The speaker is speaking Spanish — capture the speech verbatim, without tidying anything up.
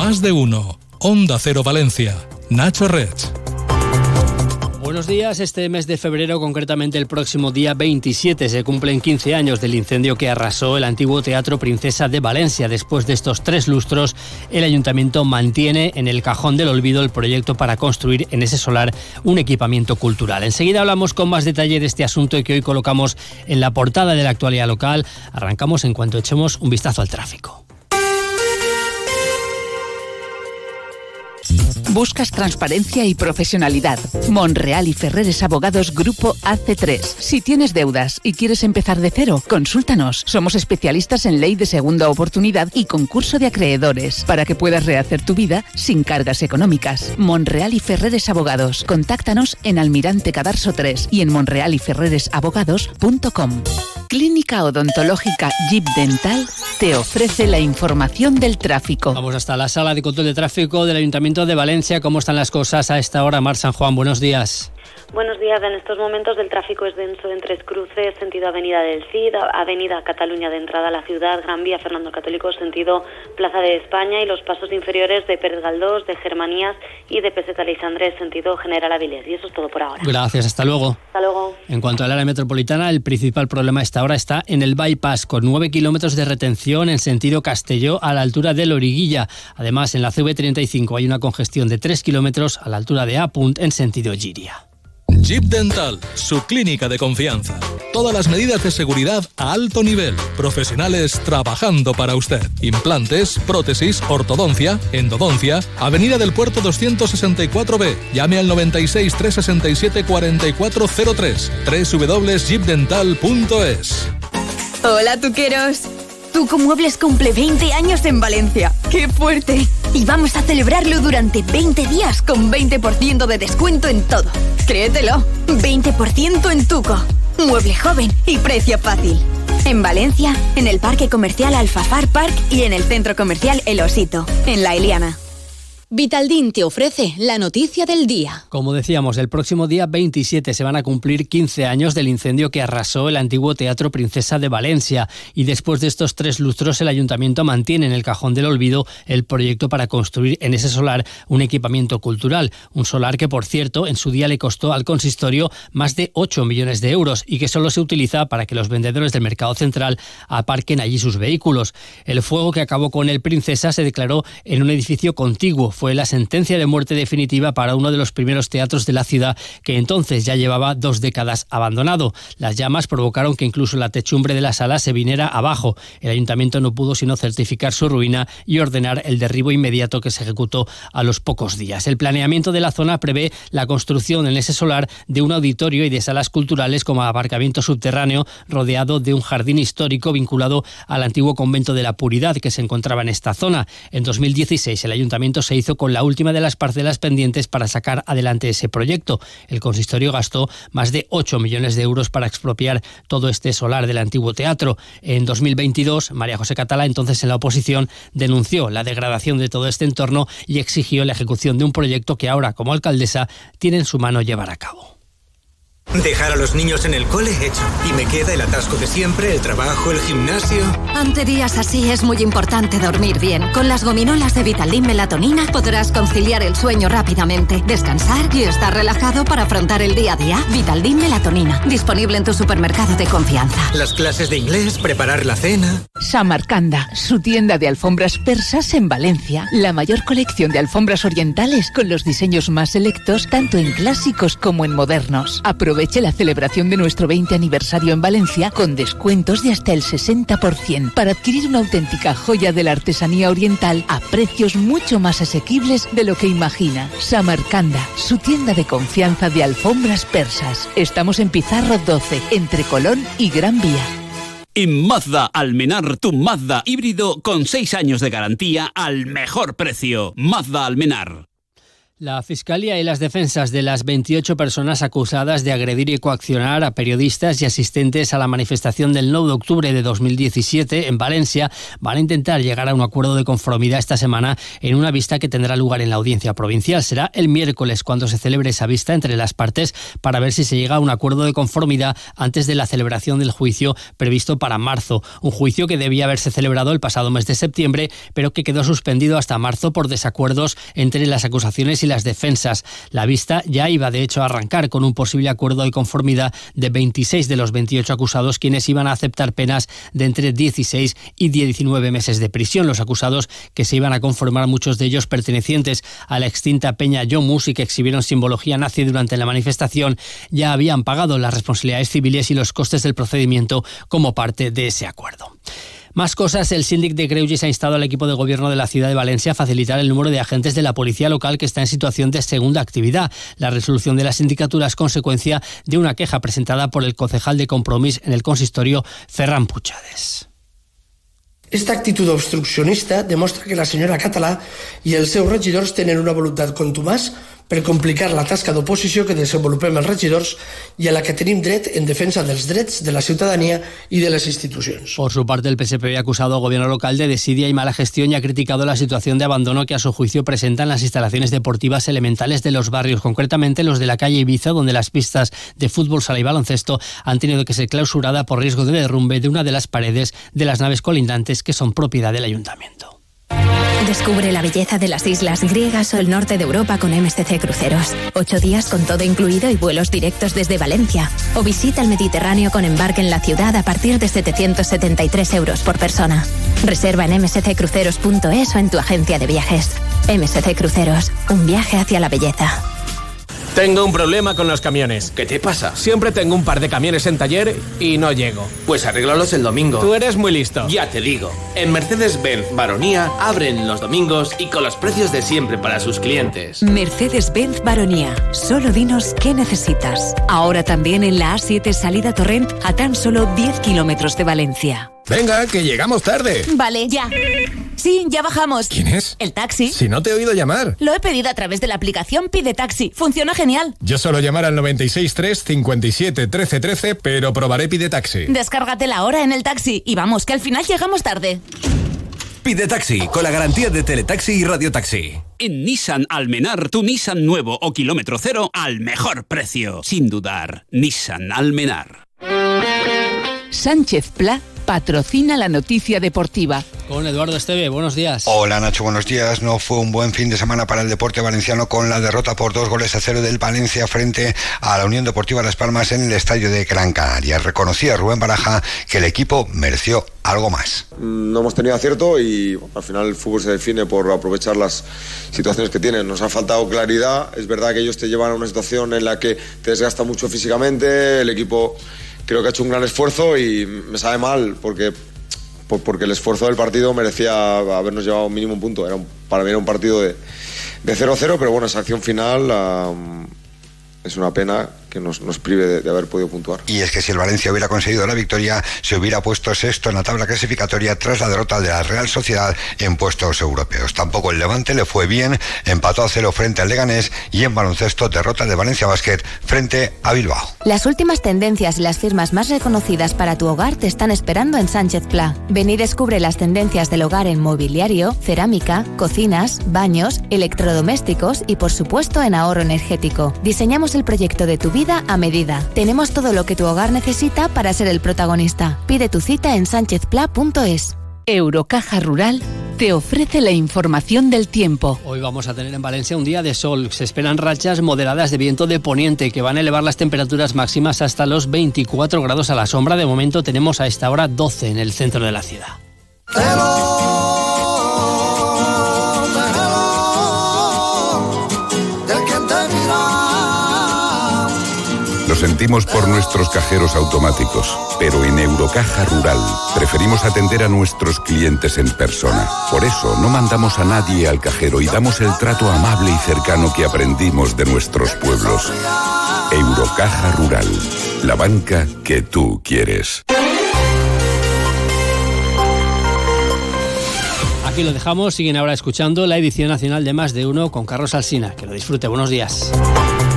Más de uno. Onda Cero Valencia. Nacho Rech. Buenos días. Este mes de febrero, concretamente el próximo día veintisiete, se cumplen quince años del incendio que arrasó el antiguo Teatro Princesa de Valencia. Después de estos tres lustros, el Ayuntamiento mantiene en el cajón del olvido el proyecto para construir en ese solar un equipamiento cultural. Enseguida hablamos con más detalle de este asunto que hoy colocamos en la portada de la actualidad local. Arrancamos en cuanto echemos un vistazo al tráfico. ¿Buscas transparencia y profesionalidad? Monreal y Ferreres Abogados Grupo A C tres. Si tienes deudas y quieres empezar de cero, consúltanos. Somos especialistas en ley de segunda oportunidad y concurso de acreedores, para que puedas rehacer tu vida sin cargas económicas. Monreal y Ferreres Abogados. Contáctanos en Almirante Cadarso tres y en monreal y ferreres abogados punto com. Clínica Odontológica Jeep Dental te ofrece la información del tráfico. Vamos hasta la sala de control de tráfico del Ayuntamiento de Valencia. ¿Cómo están las cosas a esta hora? Mar San Juan, buenos días. Buenos días. En estos momentos el tráfico es denso en Tres Cruces, sentido Avenida del Cid, Avenida Cataluña de entrada a la ciudad, Gran Vía Fernando el Católico, sentido Plaza de España, y los pasos inferiores de Pérez Galdós, de Germanías y de Peseta Aleixandre, sentido General Avilés. Y eso es todo por ahora. Gracias, hasta luego. Hasta luego. En cuanto al área metropolitana, el principal problema a esta hora está en el bypass, con nueve kilómetros de retención en sentido Castelló a la altura de Loriguilla. Además, en la C V treinta y cinco hay una congestión de tres kilómetros a la altura de A. en sentido Giria. Jeep Dental, su clínica de confianza. Todas las medidas de seguridad a alto nivel. Profesionales trabajando para usted. Implantes, prótesis, ortodoncia, endodoncia. Avenida del Puerto doscientos sesenta y cuatro B. Llame al noventa y seis, trescientos sesenta y siete, cuarenta y cuatro cero tres. doble u doble u doble u punto jeep dental punto es. Hola, tuqueros. Tuco Muebles cumple veinte años en Valencia. ¡Qué fuerte! Y vamos a celebrarlo durante veinte días con veinte por ciento de descuento en todo. Créetelo, veinte por ciento en Tuco. Mueble joven y precio fácil. En Valencia, en el Parque Comercial Alfafar Park y en el Centro Comercial El Osito, en La Eliana. Vitaldin te ofrece la noticia del día. Como decíamos, el próximo día veintisiete se van a cumplir quince años del incendio que arrasó el antiguo Teatro Princesa de Valencia, y después de estos tres lustros el Ayuntamiento mantiene en el cajón del olvido el proyecto para construir en ese solar un equipamiento cultural, un solar que, por cierto, en su día le costó al consistorio más de ocho millones de euros y que solo se utiliza para que los vendedores del mercado central aparquen allí sus vehículos. El fuego que acabó con el Princesa se declaró en un edificio contiguo. Fue la sentencia de muerte definitiva para uno de los primeros teatros de la ciudad, que entonces ya llevaba dos décadas abandonado. Las llamas provocaron que incluso la techumbre de la sala se viniera abajo. El Ayuntamiento no pudo sino certificar su ruina y ordenar el derribo inmediato, que se ejecutó a los pocos días. El planeamiento de la zona prevé la construcción en ese solar de un auditorio y de salas culturales como aparcamiento subterráneo rodeado de un jardín histórico vinculado al antiguo convento de la Puridad que se encontraba en esta zona. En dos mil dieciséis el Ayuntamiento se hizo con la última de las parcelas pendientes para sacar adelante ese proyecto. El consistorio gastó más de ocho millones de euros para expropiar todo este solar del antiguo teatro. En dos mil veintidós, María José Catalá, entonces en la oposición, denunció la degradación de todo este entorno y exigió la ejecución de un proyecto que ahora, como alcaldesa, tiene en su mano llevar a cabo. Dejar a los niños en el cole, hecho. Y me queda el atasco de siempre, el trabajo, el gimnasio. Ante días así es muy importante dormir bien. Con las gominolas de Vitaldin Melatonina podrás conciliar el sueño rápidamente, descansar y estar relajado para afrontar el día a día. Vitaldin Melatonina, disponible en tu supermercado de confianza. Las clases de inglés, preparar la cena. Samarcanda, su tienda de alfombras persas en Valencia. La mayor colección de alfombras orientales con los diseños más selectos, tanto en clásicos como en modernos. Aproveche la celebración de nuestro veinte aniversario en Valencia con descuentos de hasta el sesenta por ciento para adquirir una auténtica joya de la artesanía oriental a precios mucho más asequibles de lo que imagina. Samarcanda, su tienda de confianza de alfombras persas. Estamos en Pizarro doce, entre Colón y Gran Vía. En Mazda Almenar, tu Mazda híbrido con seis años de garantía al mejor precio. Mazda Almenar. La Fiscalía y las defensas de las veintiocho personas acusadas de agredir y coaccionar a periodistas y asistentes a la manifestación del nueve de octubre de dos mil diecisiete en Valencia van a intentar llegar a un acuerdo de conformidad esta semana en una vista que tendrá lugar en la Audiencia Provincial. Será el miércoles cuando se celebre esa vista entre las partes para ver si se llega a un acuerdo de conformidad antes de la celebración del juicio previsto para marzo. Un juicio que debía haberse celebrado el pasado mes de septiembre, pero que quedó suspendido hasta marzo por desacuerdos entre las acusaciones y las defensas. La vista ya iba de hecho a arrancar con un posible acuerdo de conformidad de veintiséis de los veintiocho acusados, quienes iban a aceptar penas de entre dieciséis y diecinueve meses de prisión. Los acusados, que se iban a conformar, muchos de ellos pertenecientes a la extinta peña Yomus y que exhibieron simbología nazi durante la manifestación, ya habían pagado las responsabilidades civiles y los costes del procedimiento como parte de ese acuerdo. Más cosas. El síndic de Greuges ha instado al equipo de gobierno de la ciudad de Valencia a facilitar el número de agentes de la policía local que está en situación de segunda actividad. La resolución de la sindicatura es consecuencia de una queja presentada por el concejal de Compromís en el consistorio, Ferran Puigades. Esta actitud obstruccionista demostra que la senyora Català i els seus regidors tenen una voluntat contumaç per complicar la tasca d'oposició que desenvolupem els regidors i a la que tenim dret en defensa dels drets de la ciutadania y de las instituciones. Por su parte, el P S P V ha acusado al gobierno local de desidia y mala gestión y ha criticado la situación de abandono que a su juicio presentan las instalaciones deportivas elementales de los barrios, concretamente los de la calle Ibiza, donde las pistas de fútbol sala y baloncesto han tenido que ser clausuradas por riesgo de derrumbe de una de las paredes de las naves colindantes que son propiedad del ayuntamiento. Descubre la belleza de las islas griegas o el norte de Europa con M S C Cruceros. Ocho días con todo incluido y vuelos directos desde Valencia. O visita el Mediterráneo con embarque en la ciudad a partir de setecientos setenta y tres euros por persona. Reserva en m s c cruceros punto es o en tu agencia de viajes. M S C Cruceros, un viaje hacia la belleza. Tengo un problema con los camiones. ¿Qué te pasa? Siempre tengo un par de camiones en taller y no llego. Pues arréglalos el domingo. Tú eres muy listo. Ya te digo. En Mercedes-Benz Baronía abren los domingos y con los precios de siempre para sus clientes. Mercedes-Benz Baronía. Solo dinos qué necesitas. Ahora también en la A siete salida Torrent a tan solo diez kilómetros de Valencia. Venga, que llegamos tarde. Vale, ya. Sí, ya bajamos. ¿Quién es? El taxi. Si no te he oído llamar. Lo he pedido a través de la aplicación Pide Taxi. Funciona genial. Yo suelo llamar al noventa y seis tres cincuenta y siete trece trece, pero probaré Pide Taxi. Descárgatela ahora en el taxi y vamos, que al final llegamos tarde. Pide Taxi, con la garantía de Teletaxi y Radiotaxi. En Nissan Almenar, tu Nissan nuevo o kilómetro cero al mejor precio. Sin dudar, Nissan Almenar. Sánchez Pla patrocina la noticia deportiva. Con Eduardo Esteve, buenos días. Hola Nacho, buenos días. No fue un buen fin de semana para el deporte valenciano con la derrota por dos goles a cero del Valencia frente a la Unión Deportiva Las Palmas en el estadio de Gran Canaria. Reconocía Rubén Baraja que el equipo mereció algo más. No hemos tenido acierto y al final el fútbol se define por aprovechar las situaciones que tienen. Nos ha faltado claridad. Es verdad que ellos te llevan a una situación en la que te desgasta mucho físicamente. El equipo creo que ha hecho un gran esfuerzo y me sabe mal porque, porque el esfuerzo del partido merecía habernos llevado un mínimo un punto. Era un, para mí era un partido de, de cero cero, pero bueno, esa acción final um, es una pena que nos, nos prive de, de haber podido puntuar. Y es que si el Valencia hubiera conseguido la victoria, se hubiera puesto sexto en la tabla clasificatoria tras la derrota de la Real Sociedad en puestos europeos. Tampoco el Levante le fue bien, empató a cero frente al Leganés y en baloncesto derrota de Valencia Basket frente a Bilbao. Las últimas tendencias y las firmas más reconocidas para tu hogar te están esperando en Sánchez Pla. Ven y descubre las tendencias del hogar en mobiliario, cerámica, cocinas, baños, electrodomésticos y por supuesto en ahorro energético. Diseñamos el proyecto de tu vida a medida. Tenemos todo lo que tu hogar necesita para ser el protagonista. Pide tu cita en sánchez pla punto es. Eurocaja Rural te ofrece la información del tiempo. Hoy vamos a tener en Valencia un día de sol. Se esperan rachas moderadas de viento de poniente que van a elevar las temperaturas máximas hasta los veinticuatro grados a la sombra. De momento tenemos a esta hora doce en el centro de la ciudad. Lo sentimos por nuestros cajeros automáticos, pero en Eurocaja Rural preferimos atender a nuestros clientes en persona. Por eso no mandamos a nadie al cajero y damos el trato amable y cercano que aprendimos de nuestros pueblos. Eurocaja Rural, la banca que tú quieres. Aquí lo dejamos, siguen ahora escuchando la edición nacional de Más de Uno con Carlos Alsina. Que lo disfrute, buenos días.